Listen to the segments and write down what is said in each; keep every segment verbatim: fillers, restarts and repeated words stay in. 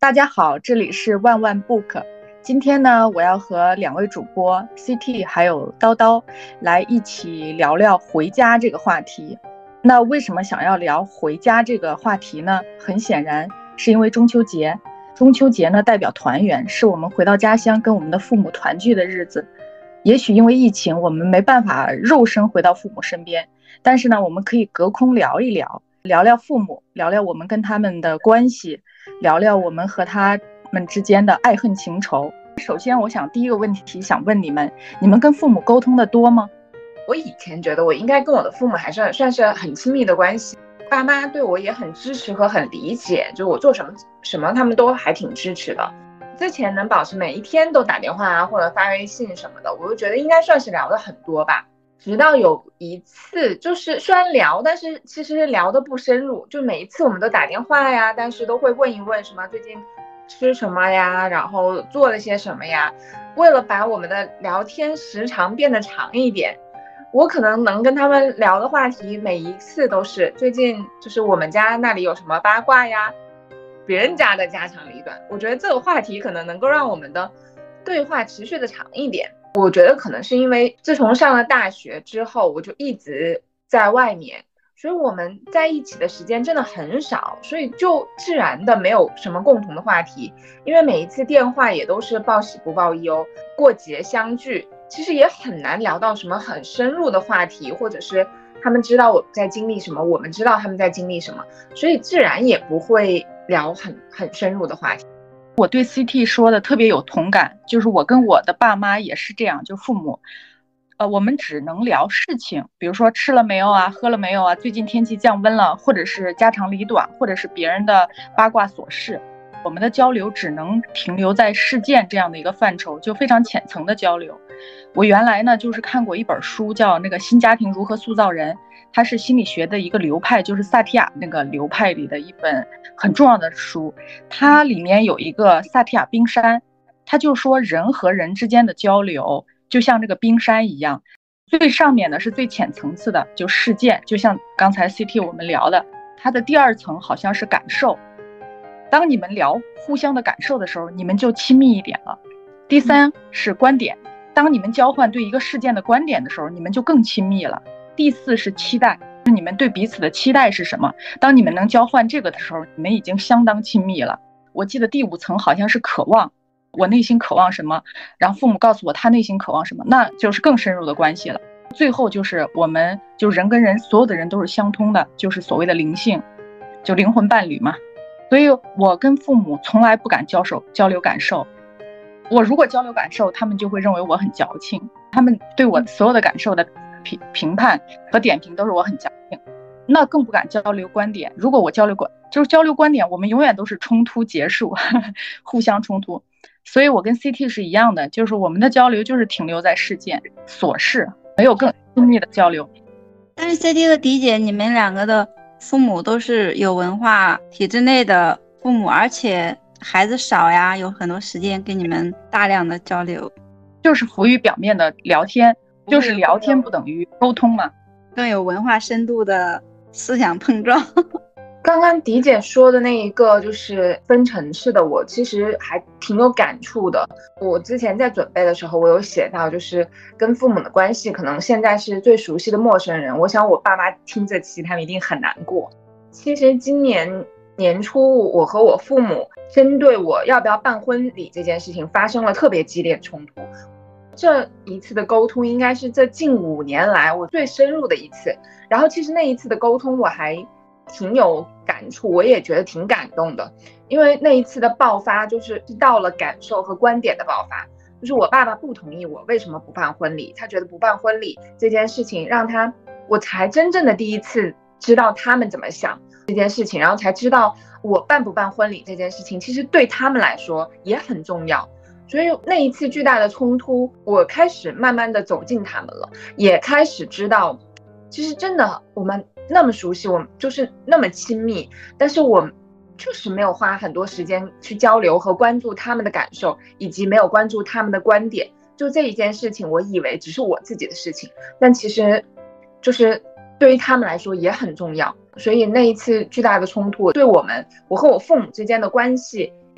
大家好，这里是万万 book。今天呢，我要和两位主播 C T 还有叨叨来一起聊聊回家这个话题。那为什么想要聊回家这个话题呢？很显然是因为中秋节。中秋节呢，代表团圆，是我们回到家乡跟我们的父母团聚的日子。也许因为疫情，我们没办法肉身回到父母身边，但是呢，我们可以隔空聊一聊，聊聊父母，聊聊我们跟他们的关系，聊聊我们和他们之间的爱恨情仇。首先我想第一个问题想问你们，你们跟父母沟通的多吗？ 我以前觉得我应该跟我的父母还是算是很亲密的关系，爸妈对我也很支持和很理解，就我做什么什么他们都还挺支持的。之前能保持每一天都打电话啊或者发微信什么的，我就觉得应该算是聊的很多吧。直到有一次，就是虽然聊，但是其实聊的不深入，就每一次我们都打电话呀，但是都会问一问什么最近吃什么呀，然后做了些什么呀。为了把我们的聊天时长变得长一点，我可能能跟他们聊的话题每一次都是最近就是我们家那里有什么八卦呀，别人家的家长里短。我觉得这个话题可能能够让我们的对话持续的长一点。我觉得可能是因为自从上了大学之后，我就一直在外面，所以我们在一起的时间真的很少，所以就自然的没有什么共同的话题。因为每一次电话也都是报喜不报忧，过节相聚，其实也很难聊到什么很深入的话题，或者是他们知道我在经历什么，我们知道他们在经历什么，所以自然也不会聊很很深入的话题。 我对 C T 说的特别有同感，就是我跟我的爸妈也是这样，就父母，呃，我们只能聊事情，比如说吃了没有啊，喝了没有啊，最近天气降温了，或者是家长里短，或者是别人的八卦琐事。我们的交流只能停留在事件这样的一个范畴，就非常浅层的交流。我原来呢就是看过一本书，叫那个新家庭如何塑造人，它是心理学的一个流派，就是萨提亚那个流派里的一本很重要的书。它里面有一个萨提亚冰山，它就说人和人之间的交流就像这个冰山一样，最上面的是最浅层次的，就事件，就像刚才 C T 我们聊的，它的第二层好像是感受。当你们聊互相的感受的时候，你们就亲密一点了。第三是观点，当你们交换对一个事件的观点的时候，你们就更亲密了。第四是期待，你们对彼此的期待是什么？当你们能交换这个的时候，你们已经相当亲密了。我记得第五层好像是渴望，我内心渴望什么，然后父母告诉我他内心渴望什么，那就是更深入的关系了。最后就是我们就人跟人，所有的人都是相通的，就是所谓的灵性，就灵魂伴侣嘛。所以我跟父母从来不敢交手交流感受，我如果交流感受，他们就会认为我很矫情，他们对我所有的感受的评评判和点评都是我很矫情，那更不敢交流观点。如果我交流观就是交流观点，我们永远都是冲突结束，呵呵互相冲突。所以我跟 C T 是一样的，就是我们的交流就是停留在事件琐事，没有更亲密的交流。 但是 C T 和迪姐，你们两个的父母都是有文化体制内的父母，而且孩子少呀，有很多时间跟你们大量的交流， 就是浮于表面的聊天，就是聊天不等于沟通嘛， 更有文化深度的思想碰撞。 刚刚迪姐说的那一个就是分层次的，我其实还挺有感触的。我之前在准备的时候，我有写到，就是跟父母的关系可能现在是最熟悉的陌生人。我想我爸妈听这期，他们一定很难过。其实今年年初，我和我父母针对我要不要办婚礼这件事情发生了特别激烈的冲突。这一次的沟通应该是这近五年来我最深入的一次。然后其实那一次的沟通我还挺有感触，我也觉得挺感动的。因为那一次的爆发就是到了感受和观点的爆发，就是我爸爸不同意我为什么不办婚礼，他觉得不办婚礼这件事情让他，我才真正的第一次知道他们怎么想这件事情，然后才知道我办不办婚礼这件事情其实对他们来说也很重要。所以那一次巨大的冲突，我开始慢慢的走进他们了，也开始知道其实真的我们那么熟悉，我们就是那么亲密，但是我就是没有花很多时间去交流和关注他们的感受，以及没有关注他们的观点。就这一件事情，我以为只是我自己的事情，但其实就是对于他们来说也很重要。所以那一次巨大的冲突，对我们我和我父母之间的关系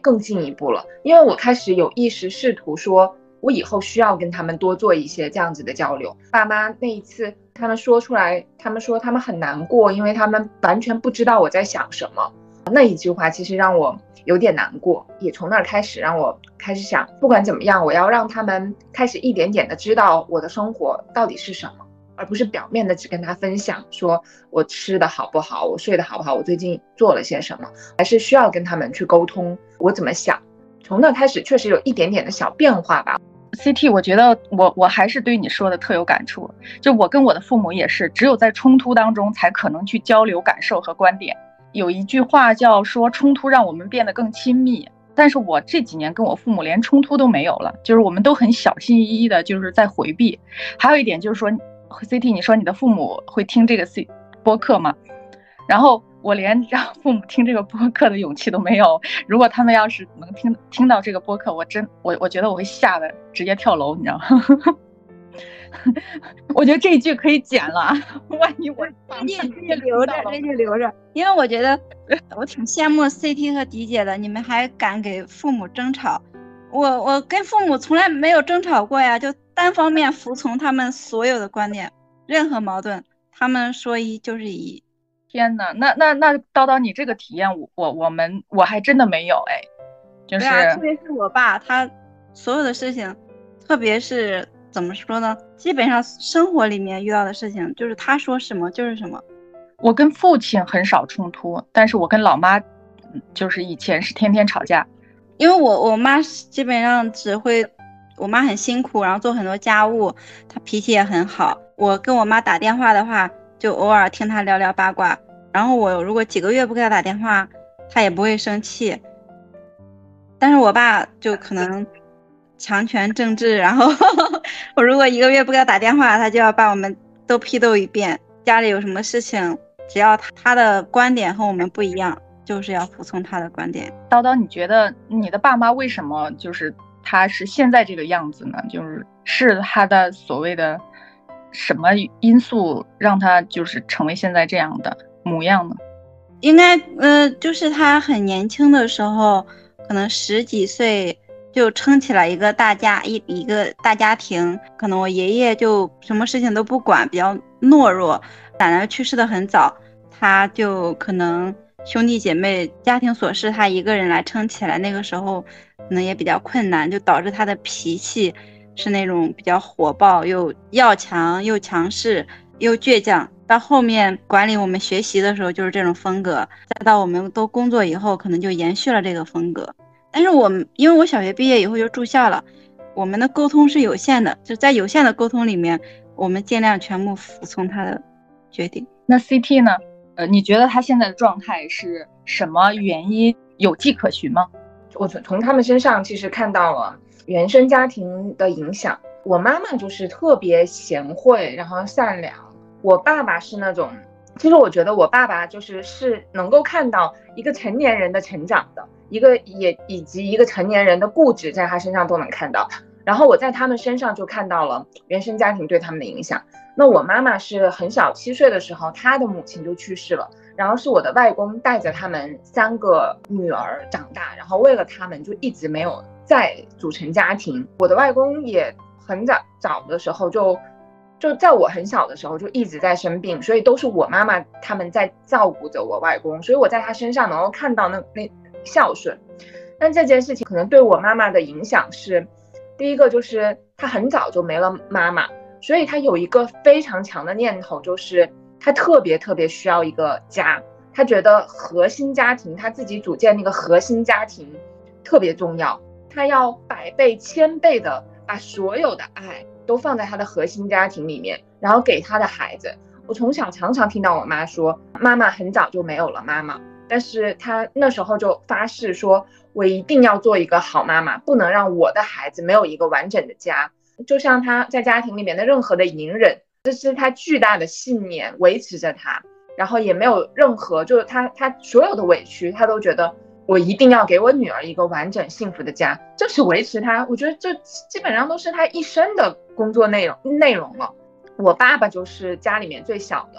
更进一步了，因为我开始有意识试图说我以后需要跟他们多做一些这样子的交流。爸妈那一次他们说出来，他们说他们很难过，因为他们完全不知道我在想什么，那一句话其实让我有点难过，也从那儿开始让我开始想，不管怎么样，我要让他们开始一点点的知道我的生活到底是什么，而不是表面的只跟他分享说我吃的好不好，我睡得好不好，我最近做了些什么，还是需要跟他们去沟通我怎么想。从那开始确实有一点点的小变化吧。 C T， 我觉得我我还是对你说的特有感触，就我跟我的父母也是，只有在冲突当中才可能去交流感受和观点。有一句话叫说冲突让我们变得更亲密，但是我这几年跟我父母连冲突都没有了，就是我们都很小心翼翼的就是在回避。还有一点就是说 C T， 你说你的父母会听这个 C 播客吗？然后我连让父母听这个播客的勇气都没有，如果他们要是能听听到这个播客，我真我我觉得我会吓得直接跳楼，你知道吗？我觉得这一句可以剪了，万一我这句留着，这句留着，因为我觉得我挺羡慕 C T 和迪姐的，你们还敢给父母争吵。我我跟父母从来没有争吵过呀，就单方面服从他们所有的观点，任何矛盾他们说一就是一。 天哪，那那那叨叨你这个体验，我我我们我还真的没有哎，就是、 啊、特别是我爸，他所有的事情，特别是怎么说呢？基本上生活里面遇到的事情，就是他说什么就是什么。 我跟父亲很少冲突，但是我跟老妈，就是以前是天天吵架。 因为我我妈基本上只会，我妈很辛苦，然后做很多家务，她脾气也很好。我跟我妈打电话的话，就偶尔听她聊聊八卦。然后我如果几个月不给她打电话，她也不会生气。但是我爸就可能强权政治，然后我如果一个月不给他打电话，他就要把我们都批斗一遍。家里有什么事情，只要他他的观点和我们不一样，就是要服从他的观点。 叨叨，你觉得你的爸妈为什么就是他是现在这个样子呢？就是是他的所谓的什么因素让他就是成为现在这样的模样呢？ 应该呃，就是他很年轻的时候，可能十几岁就撑起了一个大家一一个大家庭。可能我爷爷就什么事情都不管，比较懦弱。奶奶去世的很早，他就可能兄弟姐妹家庭琐事他一个人来撑起来。那个时候可能也比较困难，就导致他的脾气是那种比较火爆，又要强又强势又倔强。到后面管理我们学习的时候就是这种风格，再到我们都工作以后可能就延续了这个风格。但是我们因为我小学毕业以后就住校了，我们的沟通是有限的，就在有限的沟通里面，我们尽量全部服从他的决定。 那 C T 呢？呃，你觉得他现在的状态是什么原因？有迹可循吗？ 我从从他们身上其实看到了原生家庭的影响。我妈妈就是特别贤惠，然后善良。我爸爸是那种，其实我觉得我爸爸就是是能够看到一个成年人的成长的，一个也以及一个成年人的固执在他身上都能看到。然后我在他们身上就看到了原生家庭对他们的影响。那我妈妈是很小，七岁的时候她的母亲就去世了，然后是我的外公带着他们三个女儿长大，然后为了他们就一直没有再组成家庭。我的外公也很早早的时候就就在我很小的时候就一直在生病，所以都是我妈妈他们在照顾着我外公，所以我在他身上能够看到那那孝顺。但这件事情可能对我妈妈的影响是，第一个就是她很早就没了妈妈，所以她有一个非常强的念头，就是她特别特别需要一个家。她觉得核心家庭，她自己组建那个核心家庭特别重要，她要百倍千倍的把所有的爱都放在她的核心家庭里面，然后给她的孩子。我从小常常听到我妈说，妈妈很早就没有了妈妈，但是她那时候就发誓说，我一定要做一个好妈妈，不能让我的孩子没有一个完整的家。就像她在家庭里面的任何的隐忍，这是她巨大的信念维持着她，然后也没有任何，就是她她所有的委屈，她都觉得我一定要给我女儿一个完整幸福的家，这是维持她，我觉得这基本上都是她一生的工作内容内容了。我爸爸就是家里面最小的，他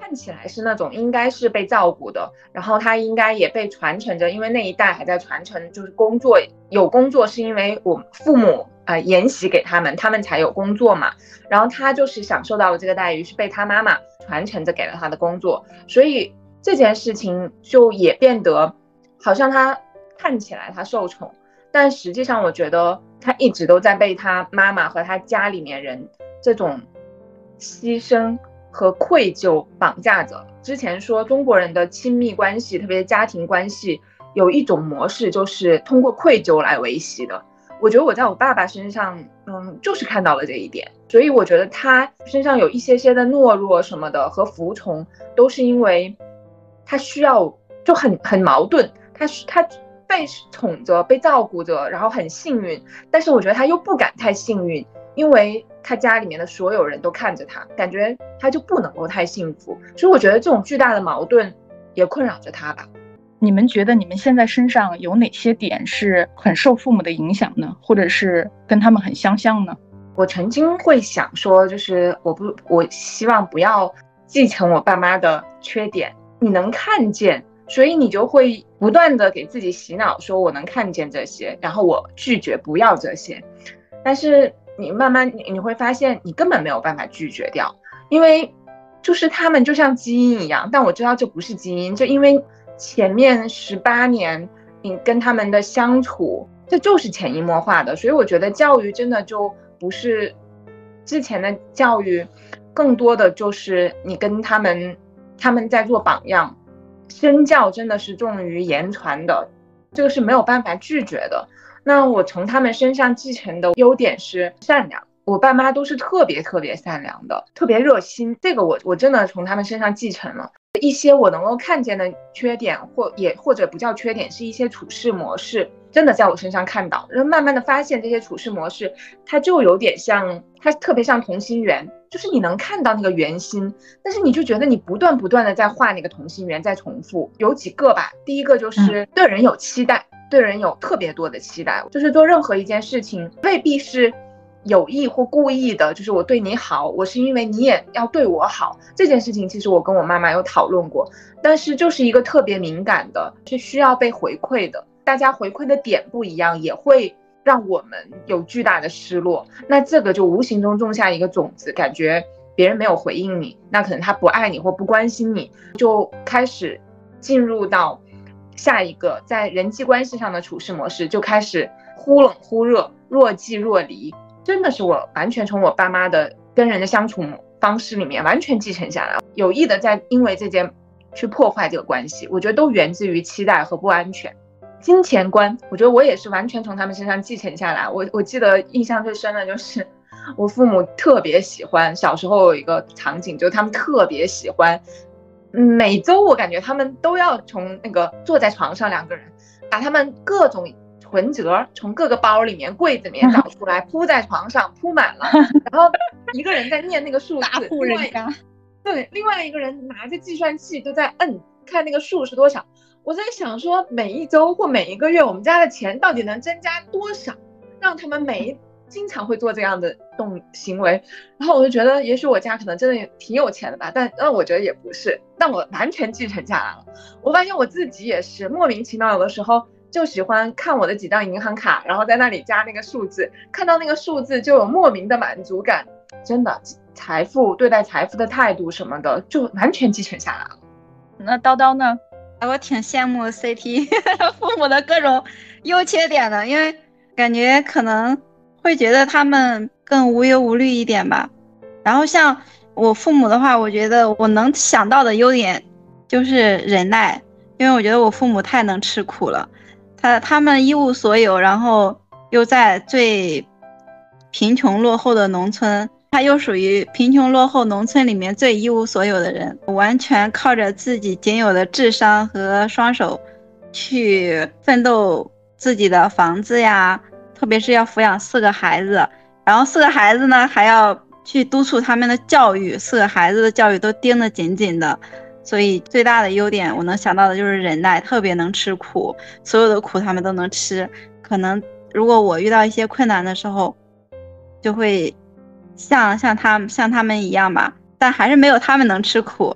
看起来是那种应该是被照顾的，然后他应该也被传承着，因为那一代还在传承，就是工作有工作是因为我父母啊、呃、沿袭给他们，他们才有工作嘛。然后他就是享受到了这个待遇，是被他妈妈传承着给了他的工作，所以这件事情就也变得好像他看起来他受宠，但实际上我觉得他一直都在被他妈妈和他家里面人这种牺牲和愧疚绑架着。之前说中国人的亲密关系，特别是家庭关系，有一种模式就是通过愧疚来维系的。我觉得我在我爸爸身上，嗯，就是看到了这一点，所以我觉得他身上有一些些的懦弱什么的和服从，都是因为他需要，就很很矛盾。他他被宠着，被照顾着，然后很幸运，但是我觉得他又不敢太幸运，因为他家里面的所有人都看着他，感觉他就不能够太幸福，所以我觉得这种巨大的矛盾也困扰着他吧。 你们觉得你们现在身上有哪些点是很受父母的影响呢？或者是跟他们很相像呢？ 我曾经会想说，就是我不，我希望不要继承我爸妈的缺点。你能看见，所以你就会不断的给自己洗脑，说我能看见这些，然后我拒绝不要这些。但是你慢慢你你会发现，你根本没有办法拒绝掉，因为就是他们就像基因一样。但我知道这不是基因，就因为前面十八年你跟他们的相处，这就是潜移默化的。所以我觉得教育真的就不是之前的教育，更多的就是你跟他们他们在做榜样。身教真的是重于言传的，这个是没有办法拒绝的。那我从他们身上继承的优点是善良，我爸妈都是特别特别善良的，特别热心，这个我我真的从他们身上继承了一些我能够看见的缺点，或也或者不叫缺点，是一些处事模式，真的在我身上看到，然后慢慢的发现这些处事模式，它就有点像，它特别像同心圆，就是你能看到那个圆心，但是你就觉得你不断不断的在画那个同心圆，在重复。有几个吧，第一个就是对人有期待，对人有特别多的期待，就是做任何一件事情未必是有意或故意的，就是我对你好，我是因为你也要对我好。这件事情其实我跟我妈妈有讨论过，但是就是一个特别敏感的，是需要被回馈的，大家回馈的点不一样，也会让我们有巨大的失落。那这个就无形中种下一个种子，感觉别人没有回应你，那可能他不爱你或不关心你，就开始进入到下一个在人际关系上的处事模式，就开始忽冷忽热，若即若离。真的是我完全从我爸妈的跟人的相处方式里面完全继承下来，有意的在因为这件去破坏这个关系，我觉得都源自于期待和不安全。金钱观，我觉得我也是完全从他们身上继承下来。我我记得印象最深的就是我父母特别喜欢，小时候有一个场景，就是他们特别喜欢每周我感觉他们都要从那个坐在床上，两个人把他们各种存折从各个包里面柜子里面找出来，铺在床上铺满了，然后一个人在念那个数字， 大户人家， 对，另外一个人拿着计算器都在摁看那个数是多少。我在想说每一周或每一个月我们家的钱到底能增加多少，让他们每一经常会做这样的动行为。然后我就觉得也许我家可能真的挺有钱的吧，但但我觉得也不是，但我完全继承下来了。我发现我自己也是莫名其妙，有的时候就喜欢看我的几张银行卡，然后在那里加那个数字，看到那个数字就有莫名的满足感。真的，财富对待财富的态度什么的就完全继承下来了。 那叨叨呢？ 我挺羡慕 C T 父母的各种优缺点的，因为感觉可能会觉得他们更无忧无虑一点吧。然后像我父母的话，我觉得我能想到的优点就是忍耐，因为我觉得我父母太能吃苦了，他他们一无所有，然后又在最贫穷落后的农村，他又属于贫穷落后农村里面最一无所有的人，完全靠着自己仅有的智商和双手去奋斗自己的房子呀，特别是要抚养四个孩子，然后四个孩子呢还要去督促他们的教育，四个孩子的教育都盯得紧紧的。所以最大的优点我能想到的就是忍耐，特别能吃苦，所有的苦他们都能吃。可能如果我遇到一些困难的时候，就会像像他像他们一样吧，但还是没有他们能吃苦。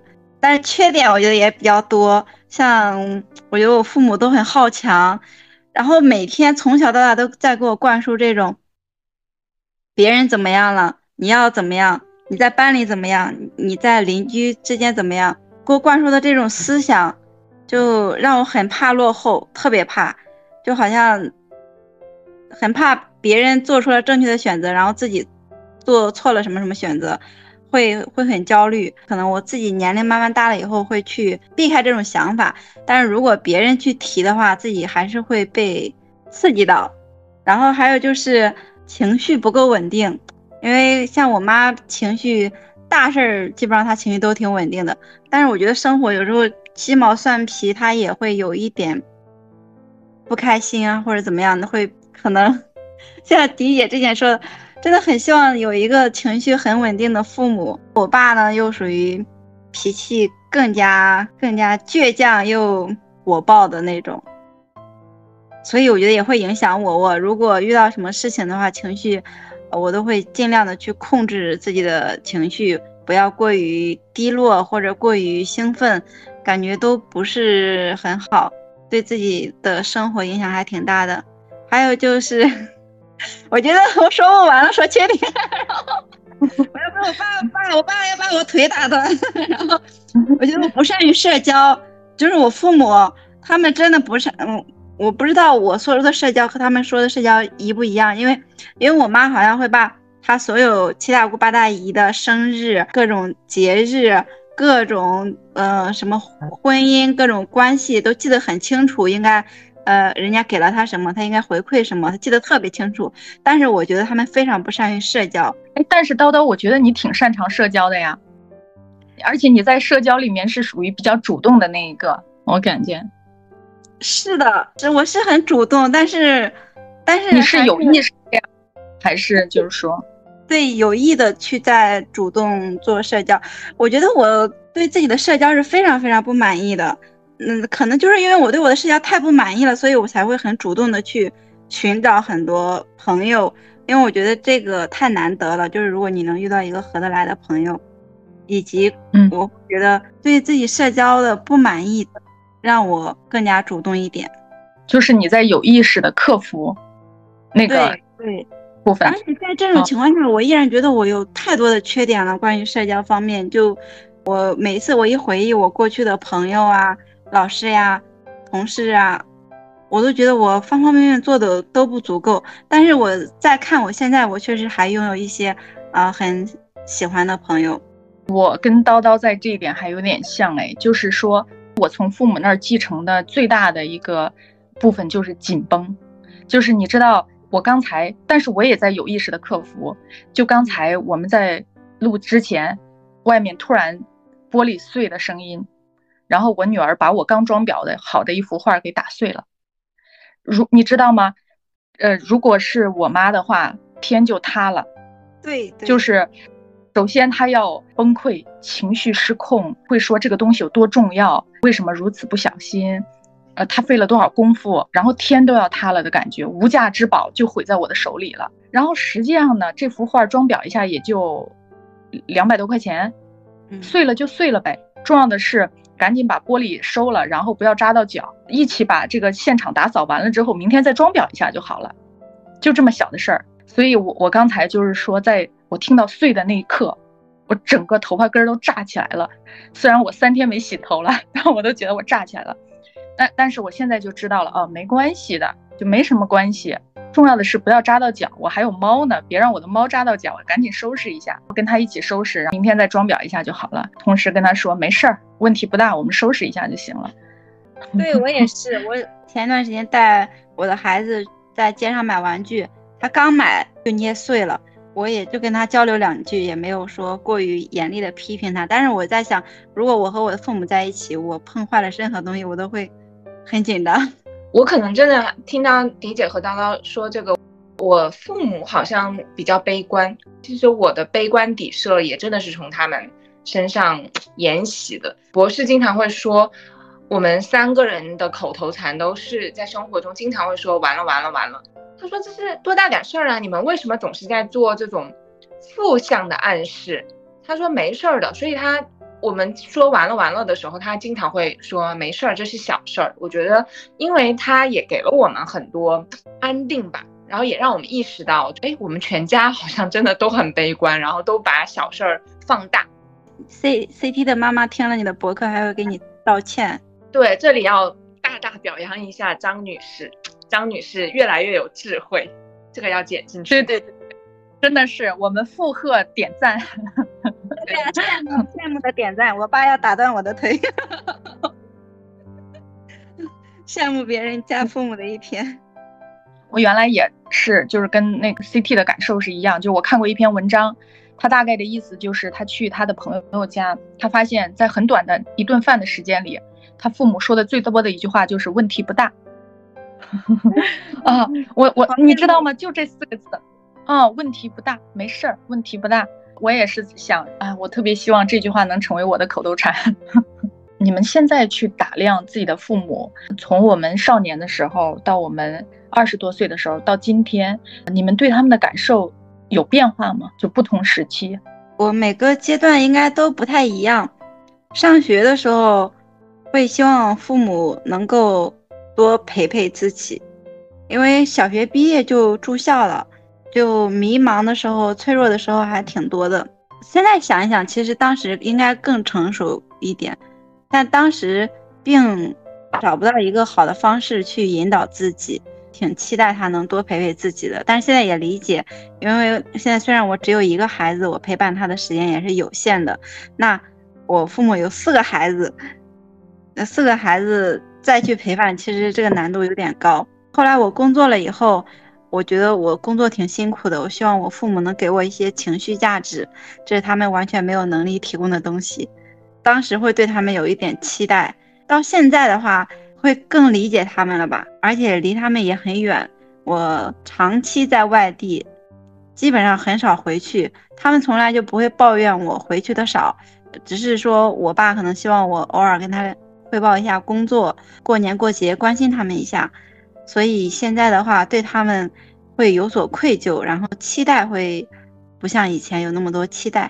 但是缺点我觉得也比较多，像我觉得我父母都很好强，然后每天从小到大都在给我灌输这种别人怎么样了，你要怎么样，你在班里怎么样，你在邻居之间怎么样，给我灌输的这种思想，就让我很怕落后，特别怕，就好像很怕别人做出了正确的选择，然后自己做错了什么什么选择，会会很焦虑。可能我自己年龄慢慢大了以后会去避开这种想法，但是如果别人去提的话，自己还是会被刺激到。然后还有就是情绪不够稳定，因为像我妈情绪大事儿基本上她情绪都挺稳定的，但是我觉得生活有时候鸡毛蒜皮她也会有一点不开心啊，或者怎么样的，会可能像迪姐之前说的，真的很希望有一个情绪很稳定的父母。我爸呢又属于脾气更加更加倔强又火爆的那种，所以我觉得也会影响我。我如果遇到什么事情的话，情绪我都会尽量的去控制自己的情绪，不要过于低落或者过于兴奋，感觉都不是很好，对自己的生活影响还挺大的。还有就是我觉得我说不完了，说缺点然后我要被我爸爸我爸要把我腿打断然后我觉得我不善于社交，就是我父母他们真的不善，嗯，我不知道我说的社交和他们说的社交一不一样，因为因为我妈好像会把她所有七大姑八大姨的生日、各种节日、各种呃什么婚姻、各种关系都记得很清楚，应该呃人家给了她什么，她应该回馈什么，她记得特别清楚。但是我觉得他们非常不善于社交。 哎，但是叨叨，我觉得你挺擅长社交的呀，而且你在社交里面是属于比较主动的那一个，我感觉。 是的，我是很主动，但是但是你是有意识的呀，还是就是说对有意的去在主动做社交？我觉得我对自己的社交是非常非常不满意的，嗯，可能就是因为我对我的社交太不满意了，所以我才会很主动的去寻找很多朋友，因为我觉得这个太难得了，就是如果你能遇到一个合得来的朋友，以及我觉得对自己社交的不满意，让我更加主动一点。 就是你在有意识的克服那个对部分。 而且在这种情况下，我依然觉得我有太多的缺点了，关于社交方面。就我每次我一回忆我过去的朋友啊、老师呀、同事啊，我都觉得我方方面面做的都不足够。但是我再看我现在，我确实还拥有一些啊、呃、很喜欢的朋友。 我跟叨叨在这一点还有点像，哎，就是说我从父母那儿继承的最大的一个部分就是紧绷，就是你知道我刚才，但是我也在有意识的克服。就刚才我们在录之前，外面突然玻璃碎的声音，然后我女儿把我刚装裱的好的一幅画给打碎了。如你知道吗？呃，如果是我妈的话，天就塌了。 对，对， 就是首先她要崩溃，情绪失控，会说这个东西有多重要，为什么如此不小心，呃，她费了多少功夫，然后天都要塌了的感觉，无价之宝就毁在我的手里了。然后实际上呢，这幅画装裱一下也就两百多块钱，碎了就碎了呗。重要的是赶紧把玻璃收了，然后不要扎到脚，一起把这个现场打扫完了之后，明天再装裱一下就好了，就这么小的事儿。所以我我刚才就是说，在我听到碎的那一刻，我整个头发根都炸起来了。虽然我三天没洗头了，但我都觉得我炸起来了。但但是我现在就知道了，哦，没关系的，就没什么关系。重要的是不要扎到脚，我还有猫呢，别让我的猫扎到脚，赶紧收拾一下，跟它一起收拾，明天再装裱一下就好了。同时跟他说没事儿，问题不大，我们收拾一下就行了。 对，我也是，我前段时间带我的孩子在街上买玩具，他刚买就捏碎了，我也就跟他交流两句，也没有说过于严厉的批评他。但是我在想，如果我和我的父母在一起，我碰坏了任何东西，我都会很紧张。 我可能真的听到迪姐和叨叨说这个，我父母好像比较悲观，其实我的悲观底色也真的是从他们身上沿袭的。博士经常会说，我们三个人的口头禅都是在生活中经常会说完了完了完了。他说这是多大点事儿啊，你们为什么总是在做这种负向的暗示？他说没事儿的，所以他我们说完了完了的时候，他经常会说没事儿，这是小事儿。我觉得因为他也给了我们很多安定吧，然后也让我们意识到，哎，我们全家好像真的都很悲观，然后都把小事儿放大。 C C T 的妈妈听了你的博客还会给你道歉。 对，这里要大大表扬一下张女士，张女士越来越有智慧，这个要剪进去。 对对对，真的是我们附和点赞。 对啊，羡慕羡慕的点赞，我爸要打断我的腿。羡慕别人家父母的一天。 我原来也是，就是跟那个 C T 的感受是一样，就我看过一篇文章，他大概的意思就是他去他的朋友家，他发现在很短的一顿饭的时间里，他父母说的最多的一句话就是问题不大。啊，我我你知道吗？就这四个字，啊，问题不大，没事儿，问题不大。我也是想啊，我特别希望这句话能成为我的口头禅。你们现在去打量自己的父母，从我们少年的时候到我们二十多岁的时候到今天，你们对他们的感受有变化吗？就不同时期。 我每个阶段应该都不太一样。上学的时候会希望父母能够多陪陪自己，因为小学毕业就住校了，就迷茫的时候脆弱的时候还挺多的。现在想一想，其实当时应该更成熟一点，但当时并找不到一个好的方式去引导自己，挺期待他能多陪陪自己的。但是现在也理解，因为现在虽然我只有一个孩子，我陪伴他的时间也是有限的，那我父母有四个孩子，那四个孩子再去陪伴，其实这个难度有点高。后来我工作了以后，我觉得我工作挺辛苦的，我希望我父母能给我一些情绪价值，这是他们完全没有能力提供的东西。当时会对他们有一点期待，到现在的话会更理解他们了吧，而且离他们也很远，我长期在外地，基本上很少回去，他们从来就不会抱怨我回去的少，只是说我爸可能希望我偶尔跟他汇报一下工作，过年过节关心他们一下，所以现在的话对他们会有所愧疚，然后期待会不像以前有那么多期待。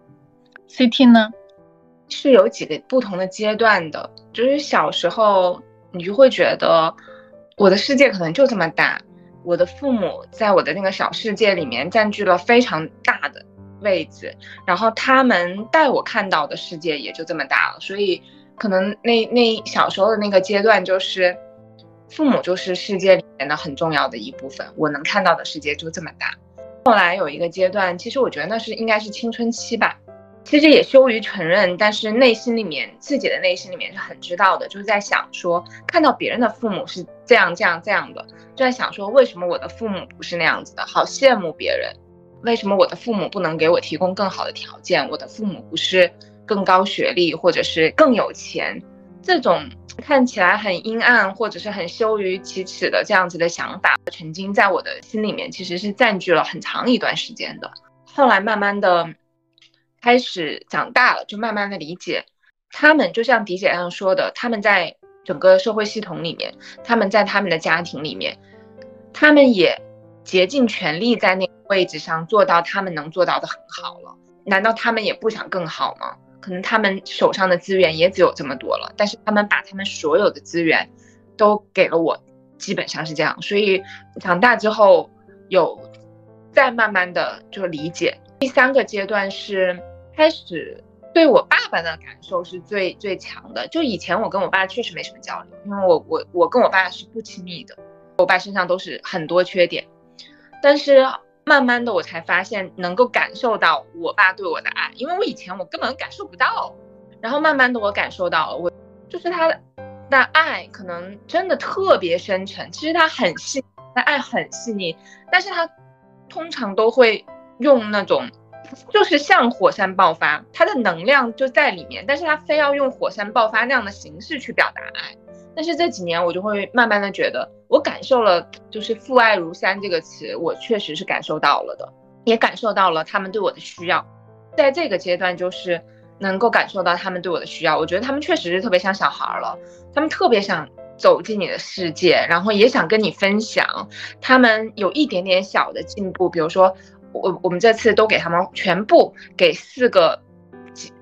C T 呢？ 是有几个不同的阶段的，就是小时候你就会觉得我的世界可能就这么大，我的父母在我的那个小世界里面占据了非常大的位置，然后他们带我看到的世界也就这么大了，所以可能那那小时候的那个阶段就是父母就是世界里面的很重要的一部分，我能看到的世界就这么大。后来有一个阶段，其实我觉得那是应该是青春期吧，其实也羞于承认，但是内心里面自己的内心里面是很知道的，就是在想说看到别人的父母是这样这样这样的，就在想说为什么我的父母不是那样子的，好羡慕别人，为什么我的父母不能给我提供更好的条件，我的父母不是更高学历或者是更有钱，这种看起来很阴暗或者是很羞于启齿的这样子的想法，曾经在我的心里面其实是占据了很长一段时间的。后来慢慢的开始长大了，就慢慢的理解他们，就像迪姐刚刚说的，他们在整个社会系统里面，他们在他们的家庭里面，他们也竭尽全力在那个位置上做到他们能做到的很好了，难道他们也不想更好吗？可能他们手上的资源也只有这么多了，但是他们把他们所有的资源都给了我，基本上是这样。所以长大之后有再慢慢的就理解。第三个阶段是开始对我爸爸的感受是最最强的，就以前我跟我爸确实没什么交流，因为我我我跟我爸是不亲密的，我爸身上都是很多缺点，但是慢慢的我才发现能够感受到我爸对我的爱，因为我以前我根本感受不到，然后慢慢的我感受到了，我就是他的爱可能真的特别深沉，其实他很细，他爱很细腻，但是他通常都会用那种就是像火山爆发，它的能量就在里面，但是他非要用火山爆发那样的形式去表达爱。但是这几年我就会慢慢的觉得，我感受了就是父爱如山这个词，我确实是感受到了的，也感受到了他们对我的需要。在这个阶段就是能够感受到他们对我的需要，我觉得他们确实是特别像小孩了，他们特别想走进你的世界，然后也想跟你分享他们有一点点小的进步，比如说我我们这次都给他们全部给四个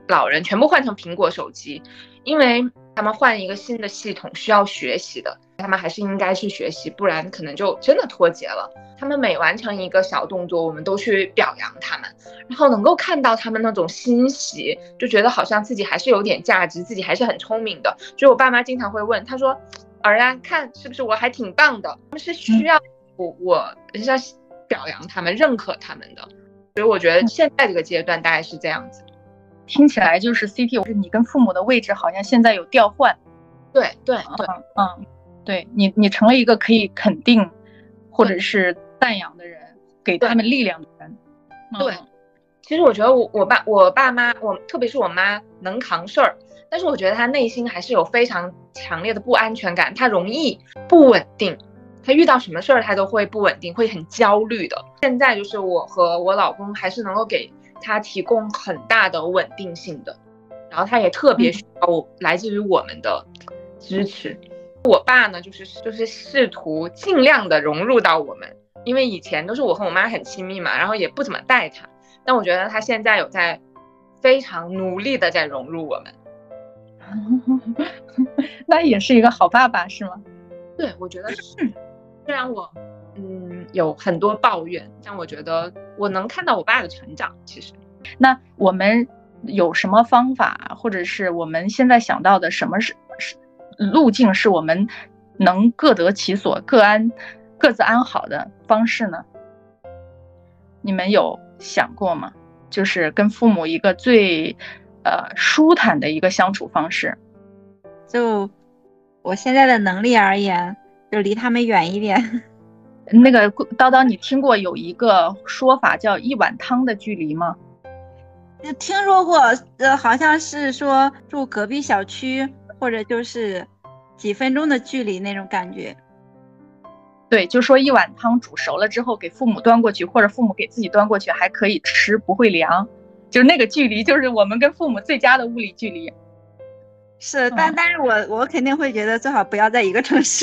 老人全部换成苹果手机，因为他们换一个新的系统需要学习的，他们还是应该去学习，不然可能就真的脱节了。他们每完成一个小动作，我们都去表扬他们，然后能够看到他们那种欣喜，就觉得好像自己还是有点价值，自己还是很聪明的。所以我爸妈经常会问，他说儿啊，看是不是我还挺棒的，他们是需要我我要表扬他们，认可他们的。所以我觉得现在这个阶段大概是这样子。 听起来就是 C T， 你跟父母的位置好像现在有调换。 对对对， 嗯嗯，对你你成了一个可以肯定或者是赞扬的人，给他们力量的人。 对，嗯、其实我觉得我我爸我爸妈，我特别是我妈能扛事儿，但是我觉得她内心还是有非常强烈的不安全感，她容易不稳定，她遇到什么事儿她都会不稳定，会很焦虑的。现在就是我和我老公还是能够给他提供很大的稳定性的，然后他也特别需要来自于我们的支持。嗯、我爸呢，就是就是试图尽量的融入到我们，因为以前都是我和我妈很亲密嘛，然后也不怎么带他，但我觉得他现在有在非常努力的在融入我们。 那也是一个好爸爸是吗？ 对，我觉得是。虽然我嗯有很多抱怨，但我觉得我能看到我爸的成长。其实， 那我们有什么方法，或者是我们现在想到的什么是是路径，是我们能各得其所、各安各自安好的方式呢？你们有想过吗？就是跟父母一个最呃舒坦的一个相处方式。 就我现在的能力而言，就离他们远一点。 那个叨叨，你听过有一个说法叫一碗汤的距离吗？ 就听说过，呃，好像是说住隔壁小区，或者就是几分钟的距离那种感觉。 对，就说一碗汤煮熟了之后给父母端过去，或者父母给自己端过去，还可以吃，不会凉。就是那个距离，就是我们跟父母最佳的物理距离。 是，但、嗯、但是我我肯定会觉得最好不要在一个城市。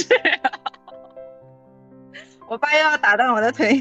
我爸又要打断我的腿。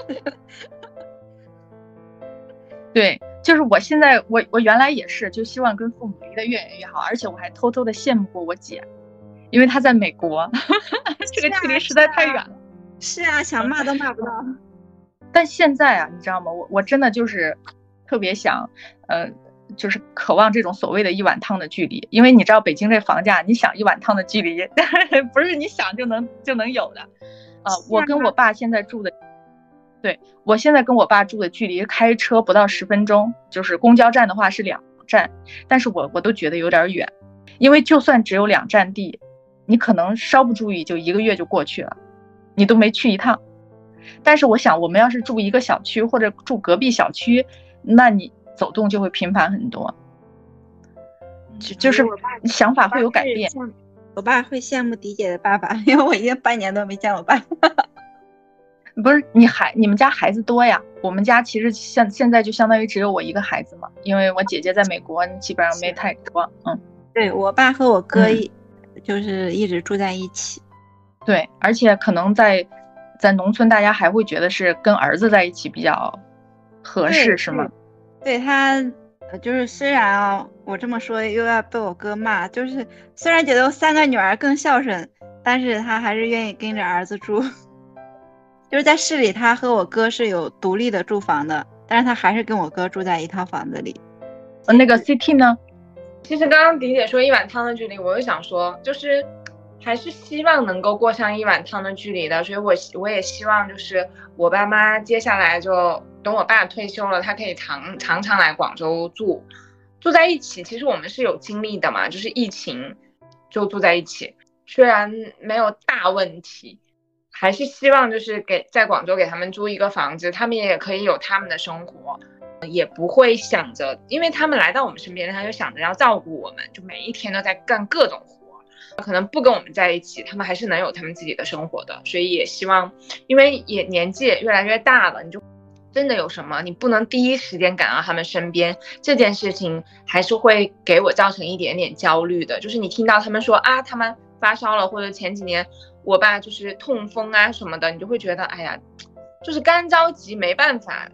对，就是我现在我我原来也是，就希望跟父母离得越远越好，而且我还偷偷的羡慕过我姐，因为她在美国，这个距离实在太远了。 是啊，想骂都骂不到。 但现在啊，你知道吗？我我真的就是特别想，呃，就是渴望这种所谓的一碗汤的距离，因为你知道北京这房价，你想一碗汤的距离，不是你想就能就能有的。啊、呃，我跟我爸现在住的，对我现在跟我爸住的距离，开车不到十分钟，就是公交站的话是两站，但是我我都觉得有点远，因为就算只有两站地，你可能稍不注意就一个月就过去了，你都没去一趟。但是我想，我们要是住一个小区或者住隔壁小区，那你走动就会频繁很多，就就是想法会有改变。 我爸会羡慕迪姐的爸爸，因为我已经半年多没见我爸。 不是你孩你们家孩子多呀？我们家其实现现在就相当于只有我一个孩子嘛，因为我姐姐在美国，基本上没太多。嗯， 对，我爸和我哥一、嗯、就是一直住在一起。 对，而且可能在在农村，大家还会觉得是跟儿子在一起比较合适，是吗？ 对，他就是虽然啊，我这么说又要被我哥骂，就是虽然觉得三个女儿更孝顺，但是他还是愿意跟着儿子住。就是在市里，他和我哥是有独立的住房的，但是他还是跟我哥住在一套房子里。 呃，那个 C T 呢？ 其实刚刚迪姐说一碗汤的距离，我又想说，就是还是希望能够过上一碗汤的距离的，所以我我也希望就是我爸妈接下来就等我爸退休了，他可以常常常来广州住，住在一起。其实我们是有经历的嘛，就是疫情就住在一起，虽然没有大问题。还是希望就是给在广州给他们租一个房子，他们也可以有他们的生活，也不会想着，因为他们来到我们身边，他就想着要照顾我们，就每一天都在干各种活，可能不跟我们在一起，他们还是能有他们自己的生活的。所以也希望，因为也年纪也越来越大了，你就真的有什么你不能第一时间赶到他们身边，这件事情还是会给我造成一点点焦虑的。就是你听到他们说啊，他们发烧了，或者前几年我爸就是痛风啊什么的，你就会觉得哎呀，就是干着急没办法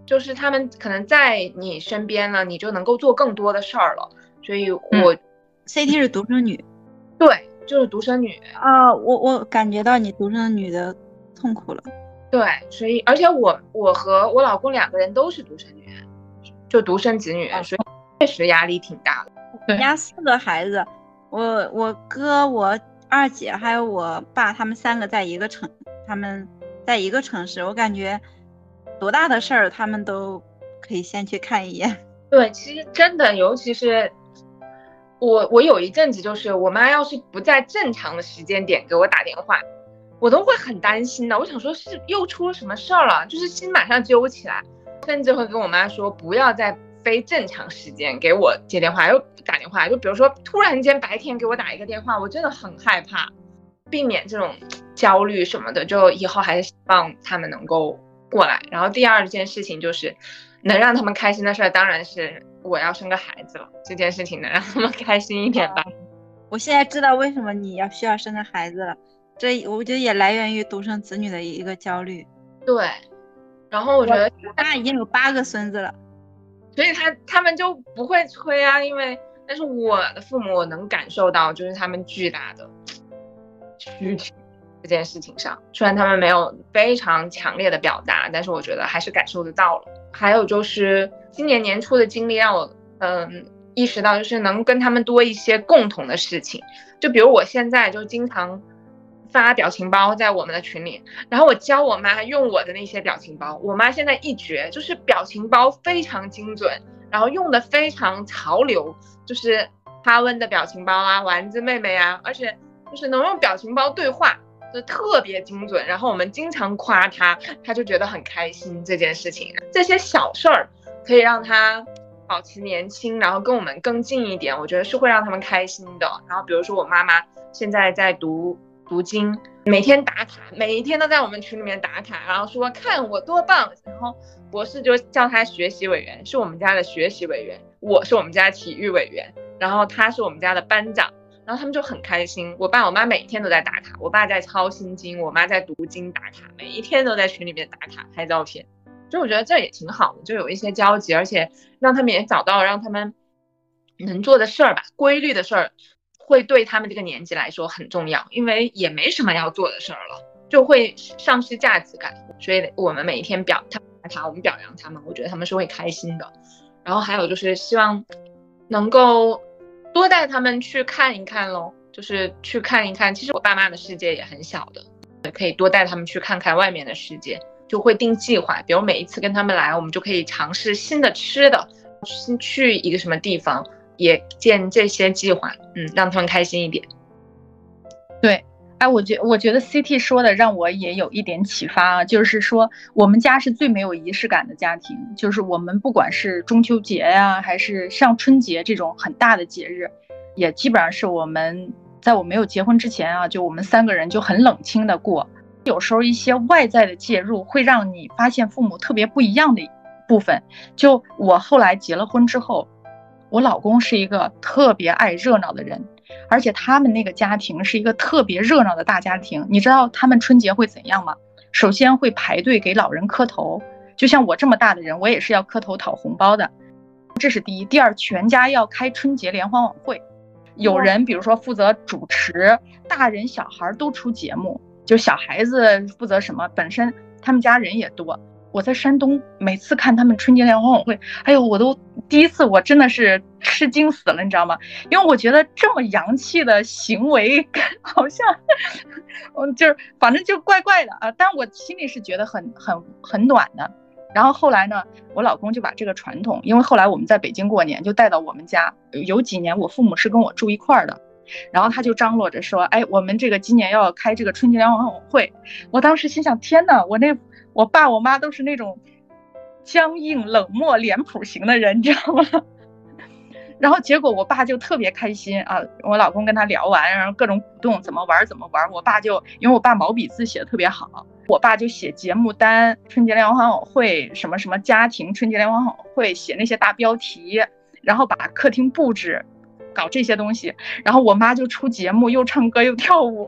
就是他们可能在你身边了，你就能够做更多的事儿了。所以我、 嗯、C T 是独生女， 对，就是独生女啊、呃，我我感觉到你独生女的痛苦了。 对，所以而且我我和我老公两个人都是独生女，就独生子女，所以确实压力挺大的。 我们家四个孩子，我我哥、我二姐还有我爸，他们三个在一个城，他们在一个城市，我感觉多大的事儿他们都可以先去看一眼。 对，其实真的，尤其是我我有一阵子就是我妈要是不在正常的时间点给我打电话，我都会很担心的。我想说是又出了什么事儿了，就是心马上揪起来，甚至会跟我妈说不要在非正常时间给我接电话又打电话，就比如说突然间白天给我打一个电话，我真的很害怕，避免这种焦虑什么的，就以后还是希望他们能够过来。然后第二件事情就是能让他们开心的事儿，当然是我要生个孩子了，这件事情能让他们开心一点吧。 我现在知道为什么你要需要生个孩子了，这我觉得也来源于独生子女的一个焦虑。 对，然后我觉得我爸已经有八个孙子了， 所以他他们就不会催啊，因为但是我的父母我能感受到就是他们巨大的需求这件事情上，虽然他们没有非常强烈的表达，但是我觉得还是感受得到了。还有就是今年年初的经历让我嗯意识到，就是能跟他们多一些共同的事情，就比如我现在就经常发表情包在我们的群里，然后我教我妈用我的那些表情包，我妈现在一绝，就是表情包非常精准，然后用的非常潮流，就是哈温的表情包啊，丸子妹妹啊，而且就是能用表情包对话，就特别精准。然后我们经常夸她，她就觉得很开心。这件事情，这些小事儿可以让她保持年轻，然后跟我们更近一点，我觉得是会让他们开心的。然后比如说我妈妈现在在读读经，每天打卡，每一天都在我们群里面打卡，然后说看我多棒。然后博士就叫他学习委员，是我们家的学习委员，我是我们家体育委员，然后他是我们家的班长，然后他们就很开心。我爸我妈每天都在打卡，我爸在抄心经，我妈在读经打卡，每一天都在群里面打卡拍照片。所以我觉得这也挺好的，就有一些交集，而且让他们也找到让他们能做的事儿吧，规律的事儿会对他们这个年纪来说很重要，因为也没什么要做的事儿了，就会丧失价值感。所以我们每一天表他我们表扬他们，我觉得他们是会开心的。然后还有就是希望能够多带他们去看一看咯，就是去看一看，其实我爸妈的世界也很小的，可以多带他们去看看外面的世界，就会定计划，比如每一次跟他们来，我们就可以尝试新的吃的，先去一个什么地方，也建这些计划，嗯，让他们开心一点。 对，哎，我觉我觉得 C T 说的让我也有一点启发啊，就是说我们家是最没有仪式感的家庭，就是我们不管是中秋节呀、啊，还是像春节这种很大的节日，也基本上是我们在我没有结婚之前啊，就我们三个人就很冷清的过。有时候一些外在的介入会让你发现父母特别不一样的部分。就我后来结了婚之后，我老公是一个特别爱热闹的人，而且他们那个家庭是一个特别热闹的大家庭。你知道他们春节会怎样吗？首先会排队给老人磕头，就像我这么大的人，我也是要磕头讨红包的，这是第一。第二，全家要开春节联欢晚会，有人比如说负责主持，大人小孩都出节目，就小孩子负责什么，本身他们家人也多。我在山东每次看他们春节联欢晚会，哎呦，我都第一次我真的是吃惊死了，你知道吗？因为我觉得这么洋气的行为好像嗯，就是反正就怪怪的啊，但我心里是觉得很很很暖的。然后后来呢，我老公就把这个传统，因为后来我们在北京过年，就带到我们家。有几年我父母是跟我住一块儿的，然后他就张罗着说，哎，我们这个今年要开这个春节联欢晚会。我当时心想，天哪，我那我爸我妈都是那种僵硬冷漠脸谱型的人，你知道吗？然后结果我爸就特别开心啊，我老公跟他聊完，然后各种鼓动怎么玩怎么玩，我爸就因为我爸毛笔字写的特别好，我爸就写节目单，春节联欢晚会什么什么家庭春节联欢晚会，写那些大标题，然后把客厅布置搞这些东西，然后我妈就出节目，又唱歌又跳舞。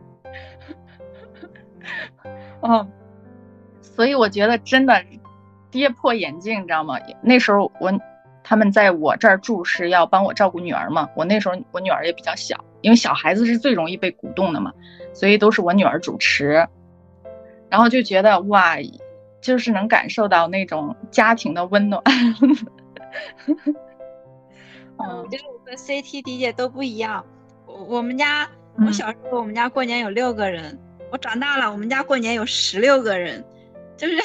嗯，所以我觉得真的跌破眼镜，你知道吗？那时候我他们在我这儿住是要帮我照顾女儿嘛，我那时候我女儿也比较小，因为小孩子是最容易被鼓动的嘛，所以都是我女儿主持，然后就觉得哇，就是能感受到那种家庭的温暖。 嗯，我觉得我跟 C T D J 都不一样。我我们家，我小时候我们家过年有六个人，嗯、我长大了我们家过年有十六个人，就是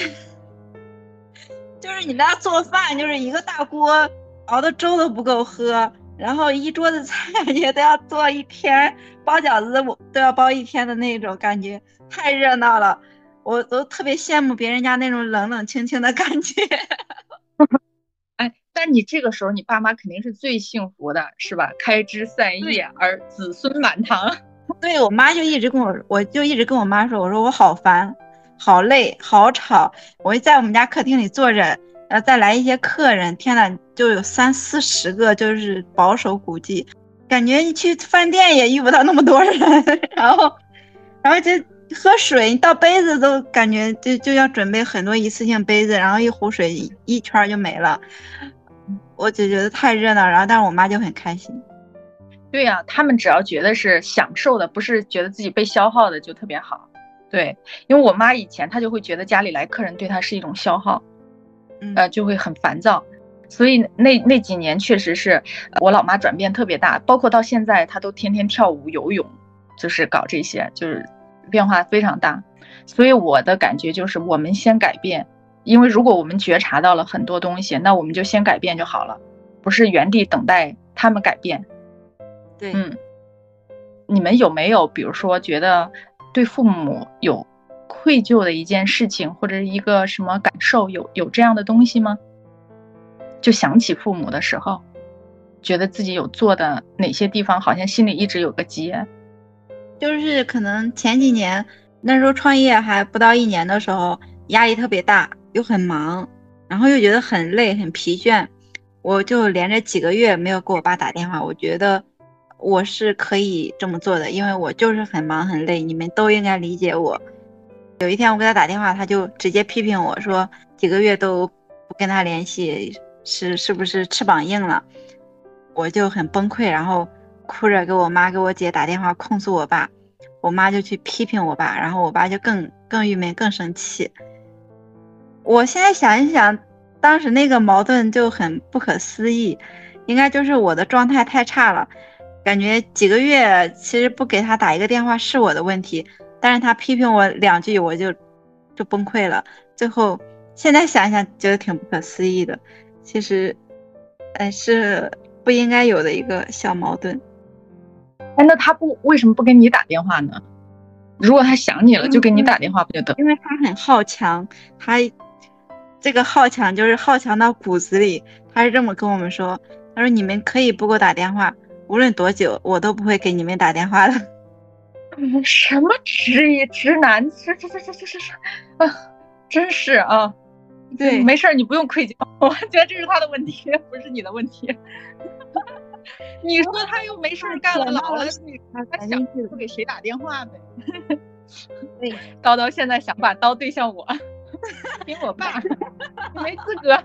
就是你们家做饭就是一个大锅熬的粥都不够喝，然后一桌子菜感觉都要做一天，包饺子我都要包一天的那种感觉，太热闹了，我都特别羡慕别人家那种冷冷清清的感觉。 哎，但你这个时候你爸妈肯定是最幸福的，是吧？开枝散叶而子孙满堂。 对，我妈就一直跟我，我就一直跟我妈说，我说我好烦，好累，好吵。我一在我们家客厅里坐着，然后再来一些客人，天呐，就有三四十个，就是保守估计，感觉你去饭店也遇不到那么多人。然后，然后就喝水，你倒杯子都感觉就就要准备很多一次性杯子，然后一壶水一一圈就没了。我就觉得太热闹，然后但是我妈就很开心。 对呀、啊，他们只要觉得是享受的，不是觉得自己被消耗的就特别好。对，因为我妈以前她就会觉得家里来客人对她是一种消耗， 嗯、 呃，就会很烦躁。所以那那几年确实是我老妈转变特别大，包括到现在她都天天跳舞、游泳，就是搞这些，就是变化非常大。所以我的感觉就是我们先改变，因为如果我们觉察到了很多东西，那我们就先改变就好了，不是原地等待他们改变。 对， 嗯，你们有没有比如说觉得对父母有愧疚的一件事情，或者是一个什么感受，有有这样的东西吗？就想起父母的时候，觉得自己有做的哪些地方好像心里一直有个结。 就是可能前几年那时候创业还不到一年的时候，压力特别大，又很忙，然后又觉得很累很疲倦，我就连着几个月没有给我爸打电话。我觉得我是可以这么做的，因为我就是很忙很累，你们都应该理解我。有一天我给他打电话，他就直接批评我说几个月都不跟他联系，是是不是翅膀硬了？我就很崩溃，然后哭着给我妈给我姐打电话控诉我爸，我妈就去批评我爸，然后我爸就更更郁闷更生气。我现在想一想，当时那个矛盾就很不可思议，应该就是我的状态太差了，感觉几个月其实不给他打一个电话是我的问题，但是他批评我两句我就就崩溃了。最后现在想想觉得挺不可思议的，其实哎是不应该有的一个小矛盾。 哎，那他不为什么不给你打电话呢？如果他想你了就给你打电话不就得？ 因为他很好强，他这个好强就是好强到骨子里，他是这么跟我们说，他说你们可以不给我打电话，无论多久我都不会给你们打电话的。 嗯，什么直一直男，这这这这这这啊，真是啊。 对， 没事，你不用愧疚，我觉得这是他的问题，不是你的问题。你说他又没事干了，老了，他想不给谁打电话呗？ 对， 叨叨现在想把刀对向我，听我爸，你没资格。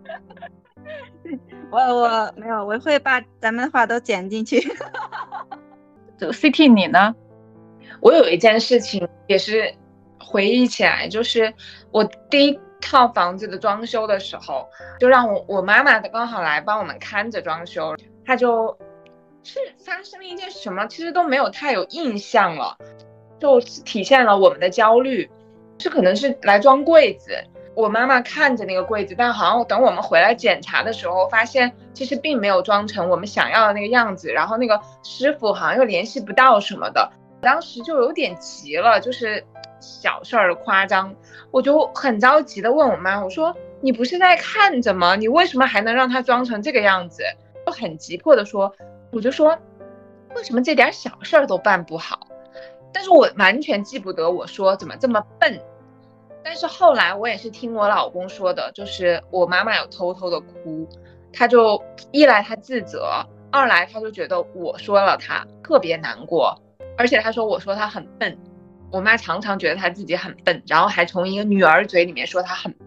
我我没有，我会把咱们的话都剪进去。 就 C T 你呢？ 我有一件事情也是回忆起来，就是我第一套房子的装修的时候，就让我我妈妈刚好来帮我们看着装修，她就是发生了一件什么，其实都没有太有印象了，就体现了我们的焦虑。是可能是来装柜子，我妈妈看着那个柜子，但好像等我们回来检查的时候，发现其实并没有装成我们想要的那个样子，然后那个师傅好像又联系不到什么的，当时就有点急了，就是小事儿的夸张，我就很着急的问我妈，我说你不是在看着吗？你为什么还能让它装成这个样子？就很急迫的说，我就说为什么这点小事儿都办不好？但是我完全记不得我说怎么这么笨。但是后来我也是听我老公说的，就是我妈妈有偷偷的哭，他就一来他自责，二来他就觉得我说了他特别难过，而且他说我说他很笨，我妈常常觉得她自己很笨，然后还从一个女儿嘴里面说她很笨，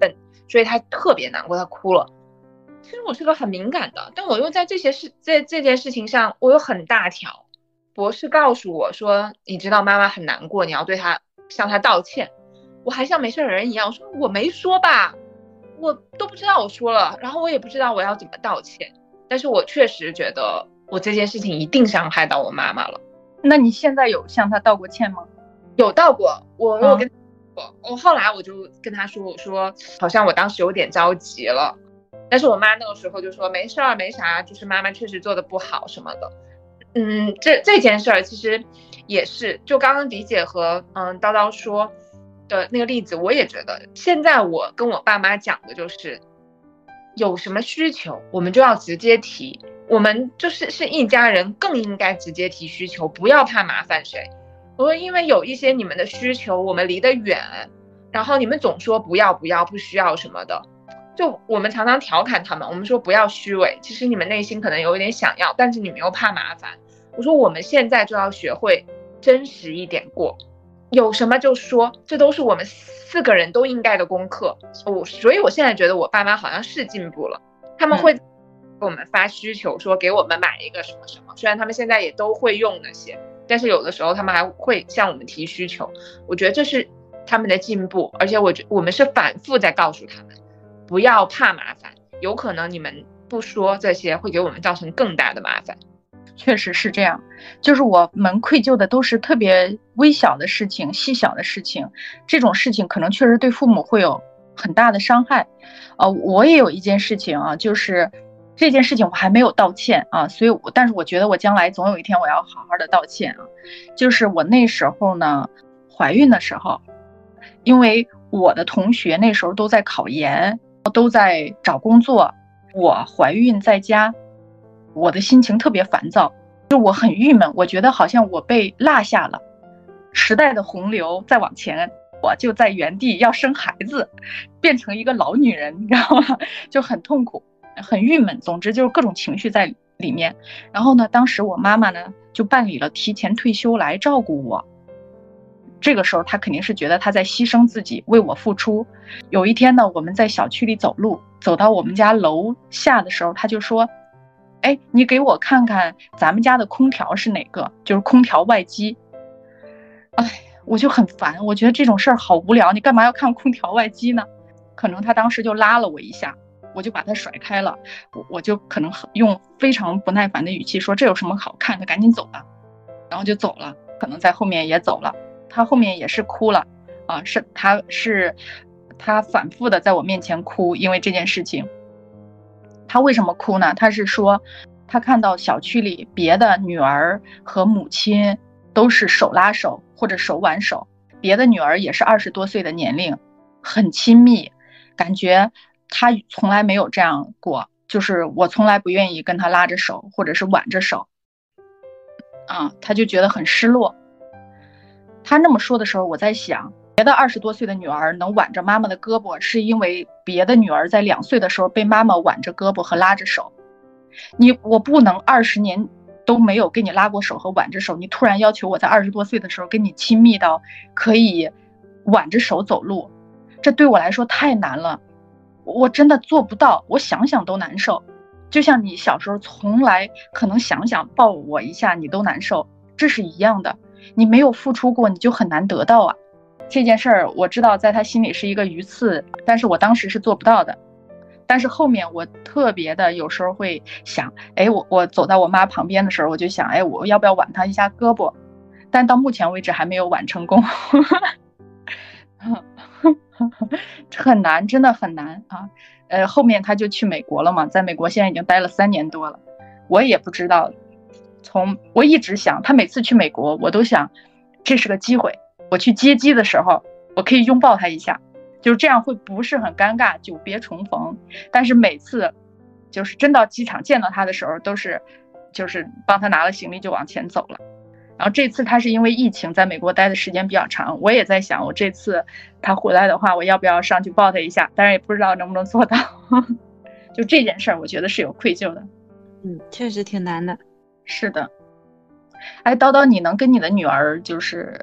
所以他特别难过，他哭了。其实我是个很敏感的，但我又在这些事在这件事情上我有很大条。博士告诉我说，你知道妈妈很难过，你要对她向她道歉。我还像没事人一样，我说我没说吧，我都不知道我说了，然后我也不知道我要怎么道歉。但是我确实觉得我这件事情一定伤害到我妈妈了。 那你现在有向她道过歉吗？ 有道过，我有跟、嗯、我我后来我就跟她说，我说好像我当时有点着急了，但是我妈那个时候就说没事儿没啥，就是妈妈确实做的不好什么的。嗯，这这件事儿其实也是，就刚刚迪姐和嗯叨叨说的那个例子，我也觉得现在我跟我爸妈讲的就是，有什么需求我们就要直接提，我们就是是一家人，更应该直接提需求，不要怕麻烦谁。我说因为有一些你们的需求我们离得远，然后你们总说不要不要不需要什么的，就我们常常调侃他们，我们说不要虚伪，其实你们内心可能有一点想要，但是你们又怕麻烦。我说我们现在就要学会真实一点过，有什么就说，这都是我们四个人都应该的功课。我所以我现在觉得我爸妈好像是进步了，他们会给我们发需求，说给我们买一个什么什么，虽然他们现在也都会用那些，但是有的时候他们还会向我们提需求，我觉得这是他们的进步。而且我觉得我们是反复在告诉他们不要怕麻烦，有可能你们不说这些会给我们造成更大的麻烦。 确实是这样，就是我们愧疚的都是特别微小的事情，细小的事情，这种事情可能确实对父母会有很大的伤害。呃，我也有一件事情啊，就是这件事情我还没有道歉啊，所以我但是我觉得我将来总有一天我要好好的道歉啊。就是我那时候呢，怀孕的时候，因为我的同学那时候都在考研，都在找工作，我怀孕在家，我的心情特别烦躁，就我很郁闷，我觉得好像我被落下了，时代的洪流在往前，我就在原地要生孩子，变成一个老女人，你知道吗？就很痛苦，很郁闷，总之就是各种情绪在里面。然后呢，当时我妈妈呢就办理了提前退休来照顾我。这个时候她肯定是觉得她在牺牲自己，为我付出。有一天呢，我们在小区里走路，走到我们家楼下的时候，她就说，哎，你给我看看咱们家的空调是哪个，就是空调外机。哎，我就很烦，我觉得这种事儿好无聊，你干嘛要看空调外机呢？可能他当时就拉了我一下，我就把他甩开了，我我就可能用非常不耐烦的语气说，这有什么好看的，赶紧走吧，然后就走了，可能在后面也走了。他后面也是哭了啊，是他是他反复的在我面前哭，因为这件事情。他为什么哭呢？他是说他看到小区里别的女儿和母亲都是手拉手或者手挽手，别的女儿也是二十多岁的年龄，很亲密，感觉他从来没有这样过，就是我从来不愿意跟他拉着手或者是挽着手啊，他就觉得很失落。他那么说的时候，我在想，别的二十多岁的女儿能挽着妈妈的胳膊，是因为别的女儿在两岁的时候被妈妈挽着胳膊和拉着手。你我不能二十年都没有跟你拉过手和挽着手，你突然要求我在二十多岁的时候跟你亲密到可以挽着手走路，这对我来说太难了，我真的做不到，我想想都难受。就像你小时候从来可能想想抱我一下你都难受，这是一样的，你没有付出过你就很难得到啊。这件事儿我知道在他心里是一个鱼刺，但是我当时是做不到的。但是后面我特别的有时候会想，哎，我我走到我妈旁边的时候，我就想，哎，我要不要挽她一下胳膊？但到目前为止还没有挽成功。很难，真的很难啊。呃，后面他就去美国了嘛，在美国现在已经待了三年多了。我也不知道，从我一直想，他每次去美国，我都想这是个机会，我去接机的时候，我可以拥抱他一下，就是这样会不是很尴尬，久别重逢。但是每次就是真到机场见到他的时候，都是就是帮他拿了行李就往前走了。然后这次他是因为疫情在美国待的时间比较长，我也在想，我这次他回来的话，我要不要上去抱他一下？但是也不知道能不能做到。就这件事儿，我觉得是有愧疚的。 嗯，确实挺难的。 是的。哎，叨叨，你能跟你的女儿就是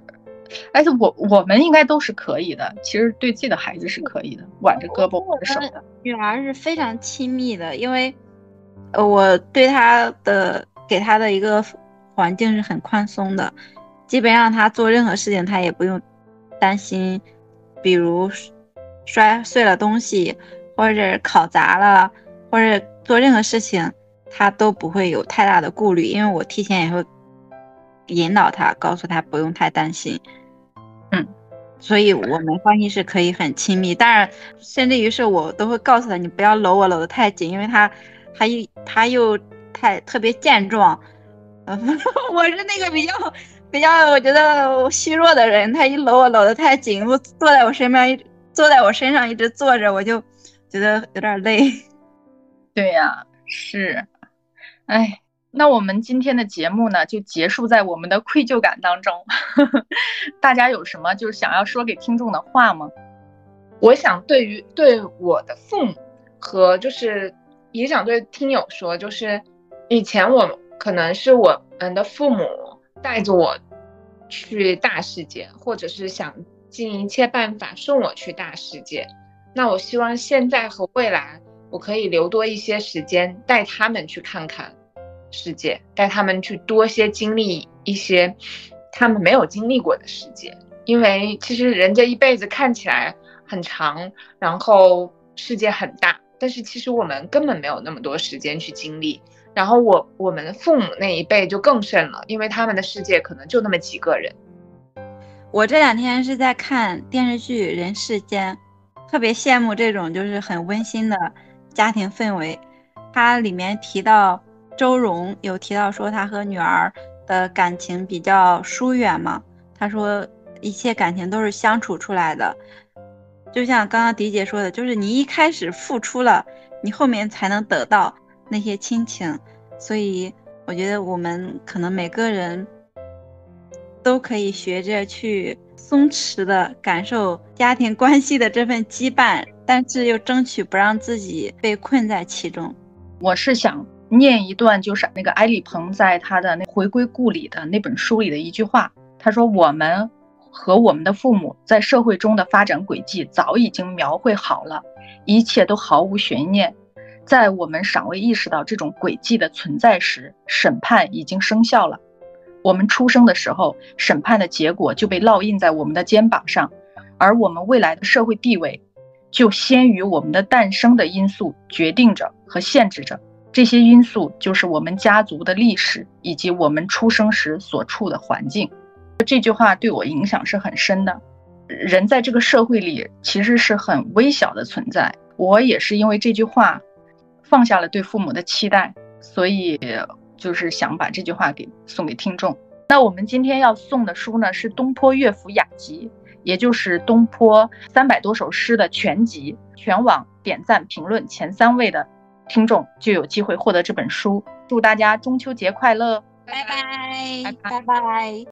而且我我们应该都是可以的，其实对自己的孩子是可以的，挽着胳膊挽着手的。 女儿是非常亲密的，因为呃我对她的给她的一个环境是很宽松的，基本上她做任何事情她也不用担心，比如摔碎了东西，或者考砸了，或者做任何事情她都不会有太大的顾虑，因为我提前也会引导她，告诉她不用太担心。 嗯， 所以我们关系是可以很亲密，当然甚至于是我都会告诉她，你不要搂我搂得太紧，因为她她又她又太特别健壮，呃，我是那个比较比较我觉得虚弱的人，她一搂我搂得太紧，我坐在我身边一坐在我身上一直坐着，我就觉得有点累。 对呀，是，哎。那我们今天的节目呢，就结束在我们的愧疚感当中。大家有什么就是想要说给听众的话吗？ 我想对于对我的父母和就是也想对听友说，就是以前我可能是我们的父母带着我去大世界，或者是想尽一切办法送我去大世界。那我希望现在和未来，我可以留多一些时间带他们去看看世界，带他们去多些经历一些他们没有经历过的世界。因为其实人这一辈子看起来很长，然后世界很大，但是其实我们根本没有那么多时间去经历。然后我我们父母那一辈就更甚了，因为他们的世界可能就那么几个人。 我这两天是在看电视剧《人世间》，特别羡慕这种就是很温馨的家庭氛围。它里面提到周蓉有提到说他和女儿的感情比较疏远嘛，他说一切感情都是相处出来的，就像刚刚迪姐说的，就是你一开始付出了，你后面才能得到那些亲情。所以我觉得我们可能每个人都可以学着去松弛的感受家庭关系的这份羁绊，但是又争取不让自己被困在其中。 我是想念一段，就是那个埃里蓬在他的那回归故里的那本书里的一句话，他说我们和我们的父母在社会中的发展轨迹早已经描绘好了，一切都毫无悬念。在我们尚未意识到这种轨迹的存在时，审判已经生效了。我们出生的时候，审判的结果就被烙印在我们的肩膀上，而我们未来的社会地位就先于我们的诞生的因素决定着和限制着。这些因素就是我们家族的历史以及我们出生时所处的环境。这句话对我影响是很深的。人在这个社会里其实是很微小的存在，我也是因为这句话放下了对父母的期待，所以就是想把这句话给送给听众。那我们今天要送的书呢，是东坡乐府雅集，也就是东坡三百多首诗的全集。全网点赞评论前三位的听众就有机会获得这本书。祝大家中秋节快乐！ 拜拜， 拜拜。 拜拜。